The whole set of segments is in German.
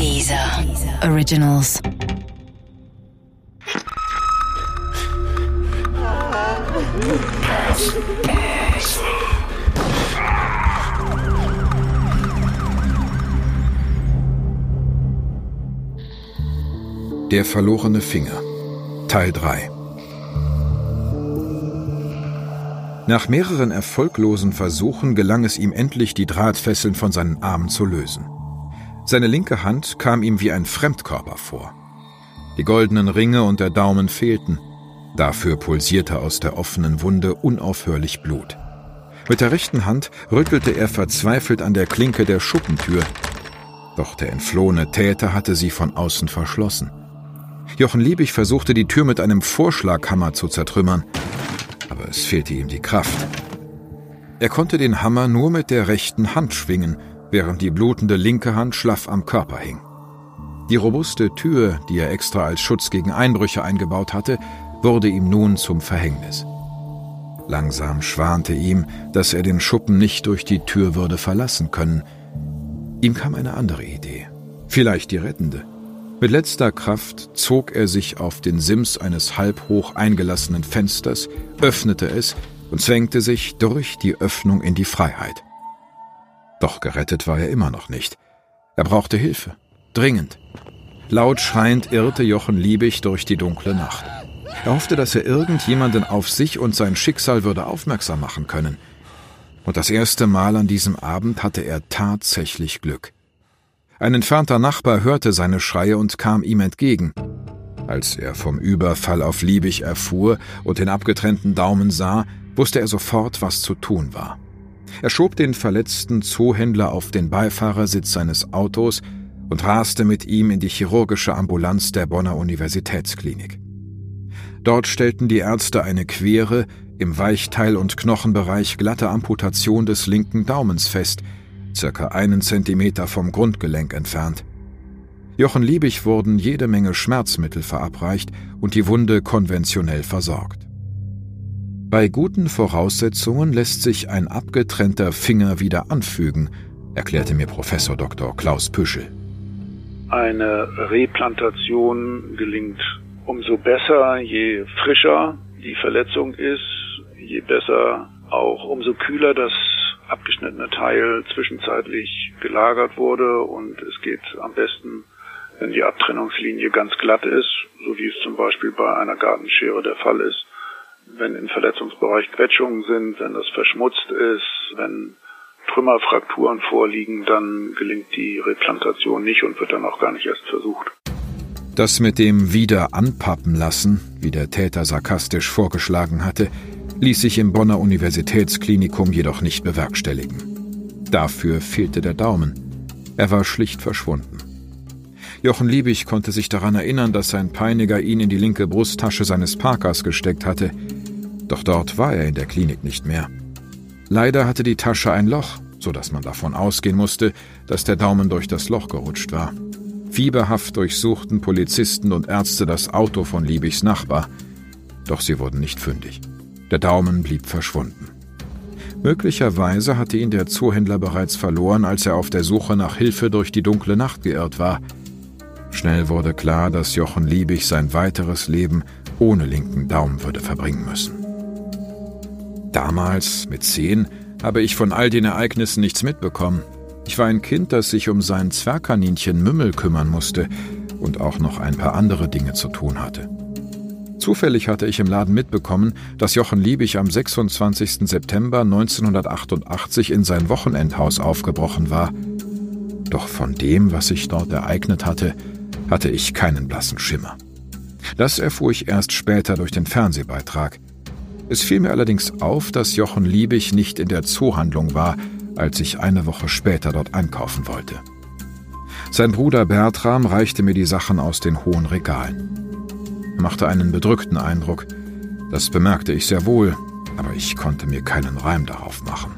Deezer Originals. Der verlorene Finger, Teil 3. Nach mehreren erfolglosen Versuchen gelang es ihm endlich, die Drahtfesseln von seinen Armen zu lösen. Seine linke Hand kam ihm wie ein Fremdkörper vor. Die goldenen Ringe und der Daumen fehlten. Dafür pulsierte aus der offenen Wunde unaufhörlich Blut. Mit der rechten Hand rüttelte er verzweifelt an der Klinke der Schuppentür. Doch der entflohene Täter hatte sie von außen verschlossen. Jochen Liebig versuchte, die Tür mit einem Vorschlaghammer zu zertrümmern, aber es fehlte ihm die Kraft. Er konnte den Hammer nur mit der rechten Hand schwingen, während die blutende linke Hand schlaff am Körper hing. Die robuste Tür, die er extra als Schutz gegen Einbrüche eingebaut hatte, wurde ihm nun zum Verhängnis. Langsam schwante ihm, dass er den Schuppen nicht durch die Tür würde verlassen können. Ihm kam eine andere Idee, vielleicht die rettende. Mit letzter Kraft zog er sich auf den Sims eines halbhoch eingelassenen Fensters, öffnete es und zwängte sich durch die Öffnung in die Freiheit. Doch gerettet war er immer noch nicht. Er brauchte Hilfe, dringend. Laut schreiend irrte Jochen Liebig durch die dunkle Nacht. Er hoffte, dass er irgendjemanden auf sich und sein Schicksal würde aufmerksam machen können. Und das erste Mal an diesem Abend hatte er tatsächlich Glück. Ein entfernter Nachbar hörte seine Schreie und kam ihm entgegen. Als er vom Überfall auf Liebig erfuhr und den abgetrennten Daumen sah, wusste er sofort, was zu tun war. Er schob den verletzten Zoohändler auf den Beifahrersitz seines Autos und raste mit ihm in die chirurgische Ambulanz der Bonner Universitätsklinik. Dort stellten die Ärzte eine quere, im Weichteil- und Knochenbereich glatte Amputation des linken Daumens fest, circa 1 Zentimeter vom Grundgelenk entfernt. Jochen Liebig wurden jede Menge Schmerzmittel verabreicht und die Wunde konventionell versorgt. Bei guten Voraussetzungen lässt sich ein abgetrennter Finger wieder anfügen, erklärte mir Professor Dr. Klaus Püschel. Eine Replantation gelingt umso besser, je frischer die Verletzung ist, je besser auch, umso kühler das abgeschnittene Teil zwischenzeitlich gelagert wurde, und es geht am besten, wenn die Abtrennungslinie ganz glatt ist, so wie es zum Beispiel bei einer Gartenschere der Fall ist. Wenn im Verletzungsbereich Quetschungen sind, wenn das verschmutzt ist, wenn Trümmerfrakturen vorliegen, dann gelingt die Replantation nicht und wird dann auch gar nicht erst versucht. Das mit dem wieder anpappen lassen, wie der Täter sarkastisch vorgeschlagen hatte, ließ sich im Bonner Universitätsklinikum jedoch nicht bewerkstelligen. Dafür fehlte der Daumen. Er war schlicht verschwunden. Jochen Liebig konnte sich daran erinnern, dass sein Peiniger ihn in die linke Brusttasche seines Parkers gesteckt hatte. Doch dort war er in der Klinik nicht mehr. Leider hatte die Tasche ein Loch, so dass man davon ausgehen musste, dass der Daumen durch das Loch gerutscht war. Fieberhaft durchsuchten Polizisten und Ärzte das Auto von Liebigs Nachbar. Doch sie wurden nicht fündig. Der Daumen blieb verschwunden. Möglicherweise hatte ihn der Zoohändler bereits verloren, als er auf der Suche nach Hilfe durch die dunkle Nacht geirrt war. Schnell wurde klar, dass Jochen Liebig sein weiteres Leben ohne linken Daumen würde verbringen müssen. Damals, mit 10, habe ich von all den Ereignissen nichts mitbekommen. Ich war ein Kind, das sich um sein Zwergkaninchen Mümmel kümmern musste und auch noch ein paar andere Dinge zu tun hatte. Zufällig hatte ich im Laden mitbekommen, dass Jochen Liebig am 26. September 1988 in sein Wochenendhaus aufgebrochen war. Doch von dem, was sich dort ereignet hatte, hatte ich keinen blassen Schimmer. Das erfuhr ich erst später durch den Fernsehbeitrag. Es fiel mir allerdings auf, dass Jochen Liebig nicht in der Zoohandlung war, als ich eine Woche später dort einkaufen wollte. Sein Bruder Bertram reichte mir die Sachen aus den hohen Regalen. Er machte einen bedrückten Eindruck. Das bemerkte ich sehr wohl, aber ich konnte mir keinen Reim darauf machen.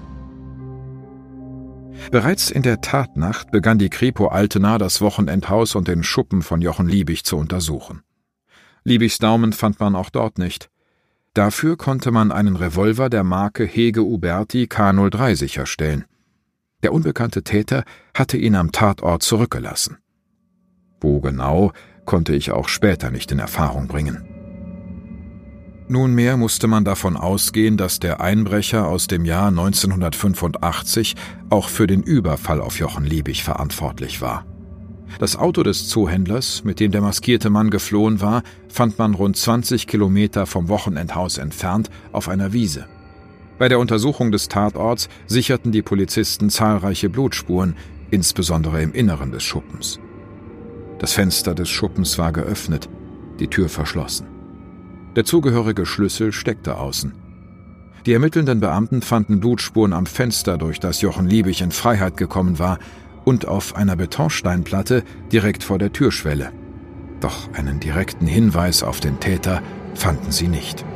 Bereits in der Tatnacht begann die Kripo Altena das Wochenendhaus und den Schuppen von Jochen Liebig zu untersuchen. Liebigs Daumen fand man auch dort nicht. Dafür konnte man einen Revolver der Marke Hege-Uberti K03 sicherstellen. Der unbekannte Täter hatte ihn am Tatort zurückgelassen. Wo genau, konnte ich auch später nicht in Erfahrung bringen. Nunmehr musste man davon ausgehen, dass der Einbrecher aus dem Jahr 1985 auch für den Überfall auf Jochen Liebig verantwortlich war. Das Auto des Zoohändlers, mit dem der maskierte Mann geflohen war, fand man rund 20 Kilometer vom Wochenendhaus entfernt auf einer Wiese. Bei der Untersuchung des Tatorts sicherten die Polizisten zahlreiche Blutspuren, insbesondere im Inneren des Schuppens. Das Fenster des Schuppens war geöffnet, die Tür verschlossen. Der zugehörige Schlüssel steckte außen. Die ermittelnden Beamten fanden Blutspuren am Fenster, durch das Jochen Liebig in Freiheit gekommen war, und auf einer Betonsteinplatte direkt vor der Türschwelle. Doch einen direkten Hinweis auf den Täter fanden sie nicht.